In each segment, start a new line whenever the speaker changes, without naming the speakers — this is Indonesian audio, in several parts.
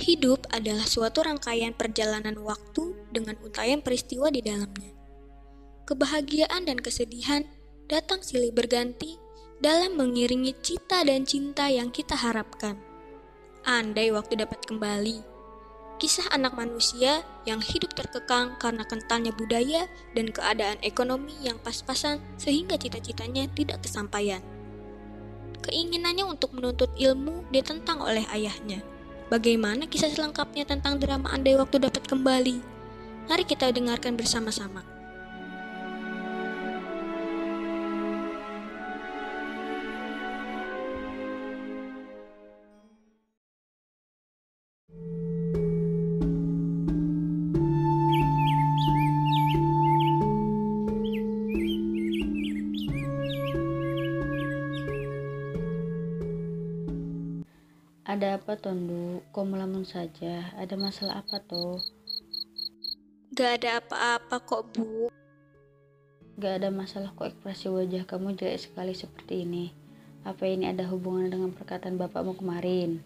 Hidup adalah suatu rangkaian perjalanan waktu dengan untayan peristiwa di dalamnya. Kebahagiaan dan kesedihan datang silih berganti dalam mengiringi cita dan cinta yang kita harapkan. Andai waktu dapat kembali, kisah anak manusia yang hidup terkekang karena kentalnya budaya dan keadaan ekonomi yang pas-pasan sehingga cita-citanya tidak kesampaian. Keinginannya untuk menuntut ilmu ditentang oleh ayahnya. Bagaimana kisah selengkapnya tentang drama andai waktu dapat kembali? Mari kita dengarkan bersama-sama.
Ada apa, Tondu? Kok melamun saja? Ada masalah apa, toh?
Gak ada apa-apa kok, Bu.
Gak ada masalah kok, ekspresi wajah kamu jelek sekali seperti ini. Apa ini ada hubungan dengan perkataan bapakmu kemarin?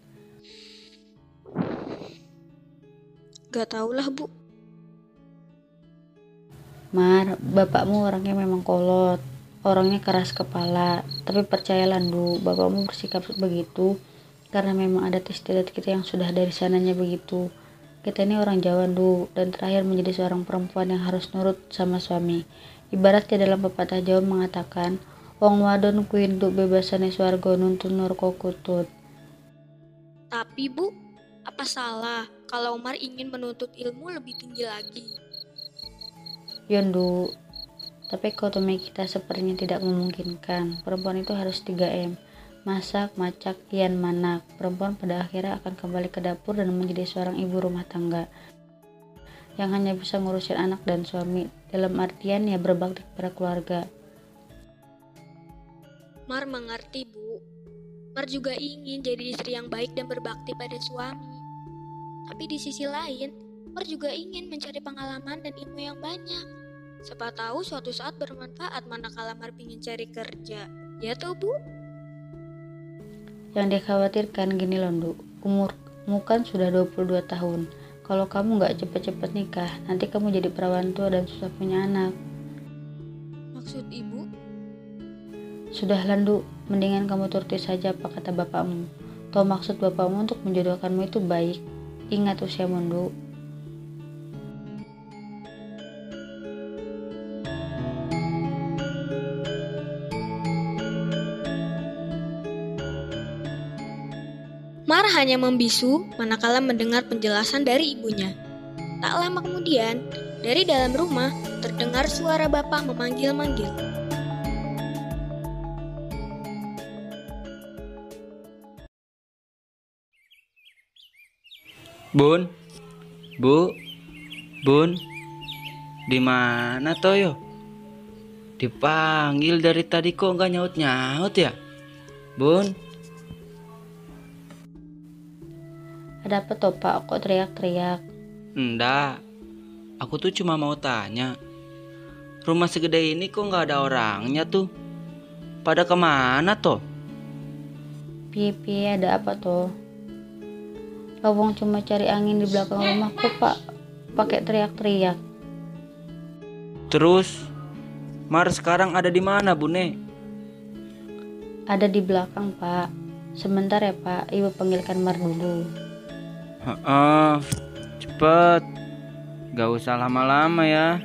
Gak tahulah, Bu.
Mar, bapakmu orangnya memang kolot. Orangnya keras kepala. Tapi percayalah, Du, bapakmu bersikap begitu karena memang ada istiadat kita yang sudah dari sananya begitu. Kita ini orang Jawa, Du, dan terakhir menjadi seorang perempuan yang harus nurut sama suami. Ibaratnya dalam pepatah Jawa mengatakan, wong wadon kuinduk bebasane swarga nuntun nurko kutut.
Tapi, Bu, apa salah kalau Umar ingin menuntut ilmu lebih tinggi lagi?
Yon, Du, tapi ekonomi kita sepertinya tidak memungkinkan. Perempuan itu harus 3M. Masak, macak, kian manak. Perempuan pada akhirnya akan kembali ke dapur dan menjadi seorang ibu rumah tangga yang hanya bisa ngurusin anak dan suami, dalam artian ya berbakti kepada keluarga.
Mar mengerti, Bu. Mar juga ingin jadi istri yang baik dan berbakti pada suami. Tapi di sisi lain, Mar juga ingin mencari pengalaman dan ilmu yang banyak. Siapa tahu suatu saat bermanfaat manakala Mar ingin cari kerja. Ya toh, Bu?
Yang dikhawatirkan gini loh, Du, umurmu kan sudah 22 tahun. Kalau kamu gak cepet-cepet nikah, nanti kamu jadi perawan tua dan susah punya anak.
Maksud Ibu?
Sudah landu, mendingan kamu turuti saja apa kata bapakmu. Toh maksud bapakmu untuk menjodohkanmu itu baik. Ingat usiamu, Du.
Mar hanya membisu manakala mendengar penjelasan dari ibunya. Tak lama kemudian, dari dalam rumah terdengar suara bapak memanggil-manggil.
Bun, Bu, Bun, di mana Toyo? Dipanggil dari tadi kok nggak nyaut-nyaut ya, Bun?
Ada apa toh, Pak? Kok teriak-teriak?
Enggak, aku tuh cuma mau tanya. Rumah segede ini kok nggak ada orangnya tuh? Pada kemana toh?
Piye, ada apa toh? Lawang cuma cari angin di belakang rumahku, Pak. Pakai teriak-teriak.
Terus, Mar sekarang ada di mana, Bune?
Ada di belakang, Pak. Sebentar ya, Pak. Ibu panggilkan Mar dulu.
Cepet, gak usah lama-lama ya.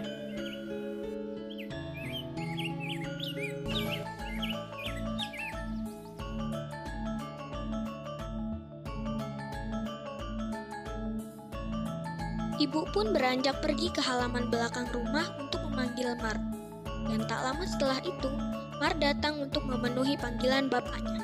Ibu pun beranjak pergi ke halaman belakang rumah untuk memanggil Mar. Dan tak lama setelah itu, Mar datang untuk memenuhi panggilan bapaknya.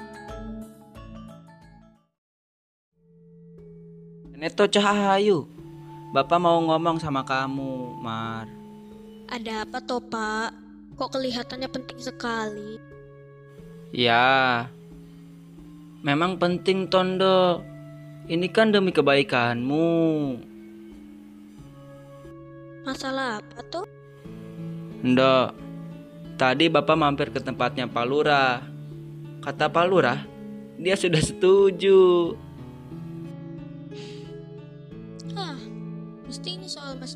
Neto Cahayu, Bapak mau ngomong sama kamu, Mar.
Ada apa toh, Pak? Kok kelihatannya penting sekali?
Ya, memang penting, Tondo. Ini kan demi kebaikanmu.
Masalah apa toh?
Ndok, tadi Bapak mampir ke tempatnya Pak Lurah. Kata Pak Lurah, dia sudah setuju.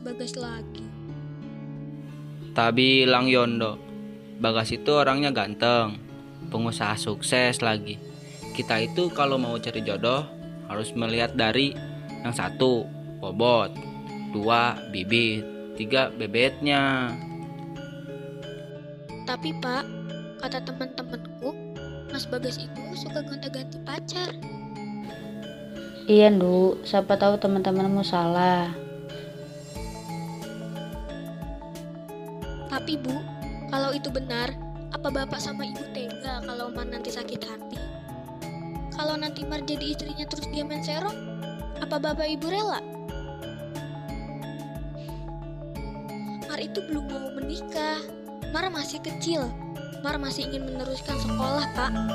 Bagas lagi.
Tak bilang Yondo, Bagas itu orangnya ganteng, pengusaha sukses lagi. Kita itu kalau mau cari jodoh harus melihat dari yang satu, bobot, dua, bibit, tiga, bebetnya.
Tapi Pak, kata teman-temanku, Mas Bagas itu suka gonta-ganti pacar.
Iya, Ndu, siapa tahu teman-temanmu salah.
Tapi Bu, kalau itu benar, apa Bapak sama Ibu tega kalau Mar nanti sakit hati? Kalau nanti Mar jadi istrinya terus dia main serong, apa Bapak Ibu rela? Mar itu belum mau menikah. Mar masih kecil. Mar masih ingin meneruskan sekolah, Pak.